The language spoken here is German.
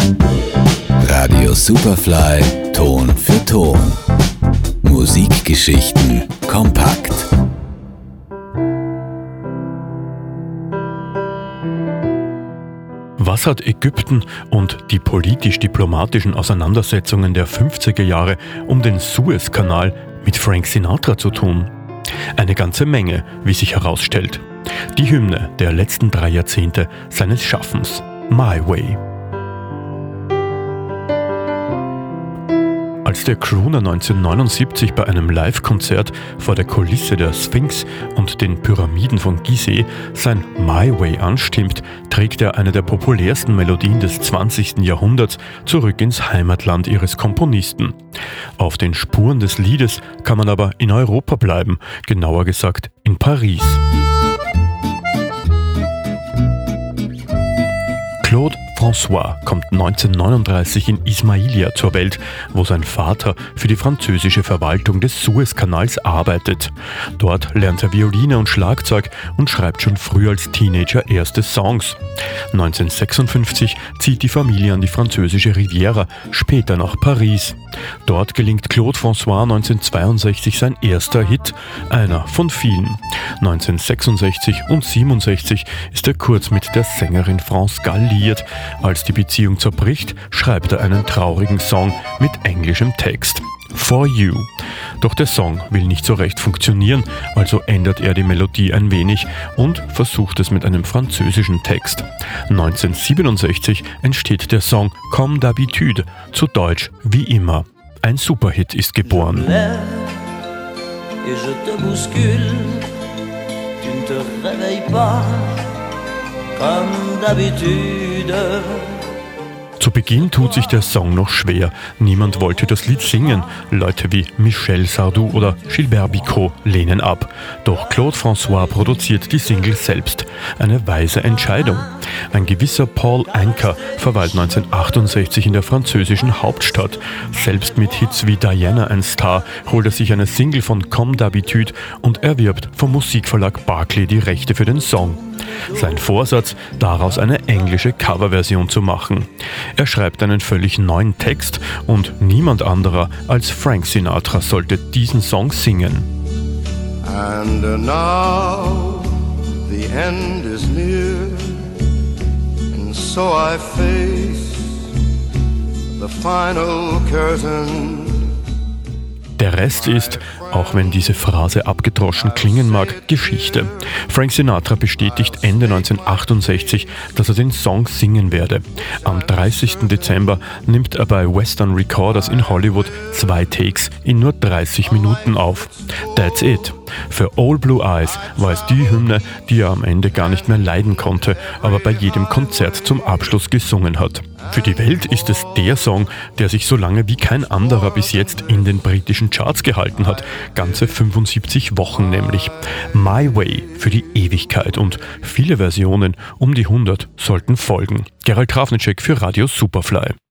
Radio Superfly Ton für Ton. Musikgeschichten kompakt. Was hat Ägypten und die politisch-diplomatischen Auseinandersetzungen der 50er Jahre um den Suezkanal mit Frank Sinatra zu tun? Eine ganze Menge, wie sich herausstellt. Die Hymne der letzten 3 Jahrzehnte seines Schaffens, My Way. Als der Crooner 1979 bei einem Live-Konzert vor der Kulisse der Sphinx und den Pyramiden von Gizeh sein My Way anstimmt, trägt er eine der populärsten Melodien des 20. Jahrhunderts zurück ins Heimatland ihres Komponisten. Auf den Spuren des Liedes kann man aber in Europa bleiben, genauer gesagt in Paris. Claude François kommt 1939 in Ismailia zur Welt, wo sein Vater für die französische Verwaltung des Suezkanals arbeitet. Dort lernt er Violine und Schlagzeug und schreibt schon früh als Teenager erste Songs. 1956 zieht die Familie an die französische Riviera, später nach Paris. Dort gelingt Claude François 1962 sein erster Hit, einer von vielen. 1966 und 1967 ist er kurz mit der Sängerin France Gall liiert. Als die Beziehung zerbricht, schreibt er einen traurigen Song mit englischem Text. For You. Doch der Song will nicht so recht funktionieren, also ändert er die Melodie ein wenig und versucht es mit einem französischen Text. 1967 entsteht der Song Comme d'habitude, zu Deutsch wie immer. Ein Superhit ist geboren. Zu Beginn tut sich der Song noch schwer. Niemand wollte das Lied singen. Leute wie Michel Sardou oder Gilbert Bécaud lehnen ab. Doch Claude François produziert die Single selbst. Eine weise Entscheidung. Ein gewisser Paul Anka verweilt 1968 in der französischen Hauptstadt. Selbst mit Hits wie Diana ein Star holt er sich eine Single von Comme d'habitude und erwirbt vom Musikverlag Barclay die Rechte für den Song. Sein Vorsatz, daraus eine englische Coverversion zu machen. Er schreibt einen völlig neuen Text und niemand anderer als Frank Sinatra sollte diesen Song singen. And now the end is near, and so I face the final curtain. Der Rest ist, auch wenn diese Phrase abgedroschen klingen mag, Geschichte. Frank Sinatra bestätigt Ende 1968, dass er den Song singen werde. Am 30. Dezember nimmt er bei Western Recorders in Hollywood 2 Takes in nur 30 Minuten auf. That's it. Für All Blue Eyes war es die Hymne, die er am Ende gar nicht mehr leiden konnte, aber bei jedem Konzert zum Abschluss gesungen hat. Für die Welt ist es der Song, der sich so lange wie kein anderer bis jetzt in den britischen Charts gehalten hat. Ganze 75 Wochen nämlich. My Way für die Ewigkeit und viele Versionen um die 100 sollten folgen. Gerald Trafnicek für Radio Superfly.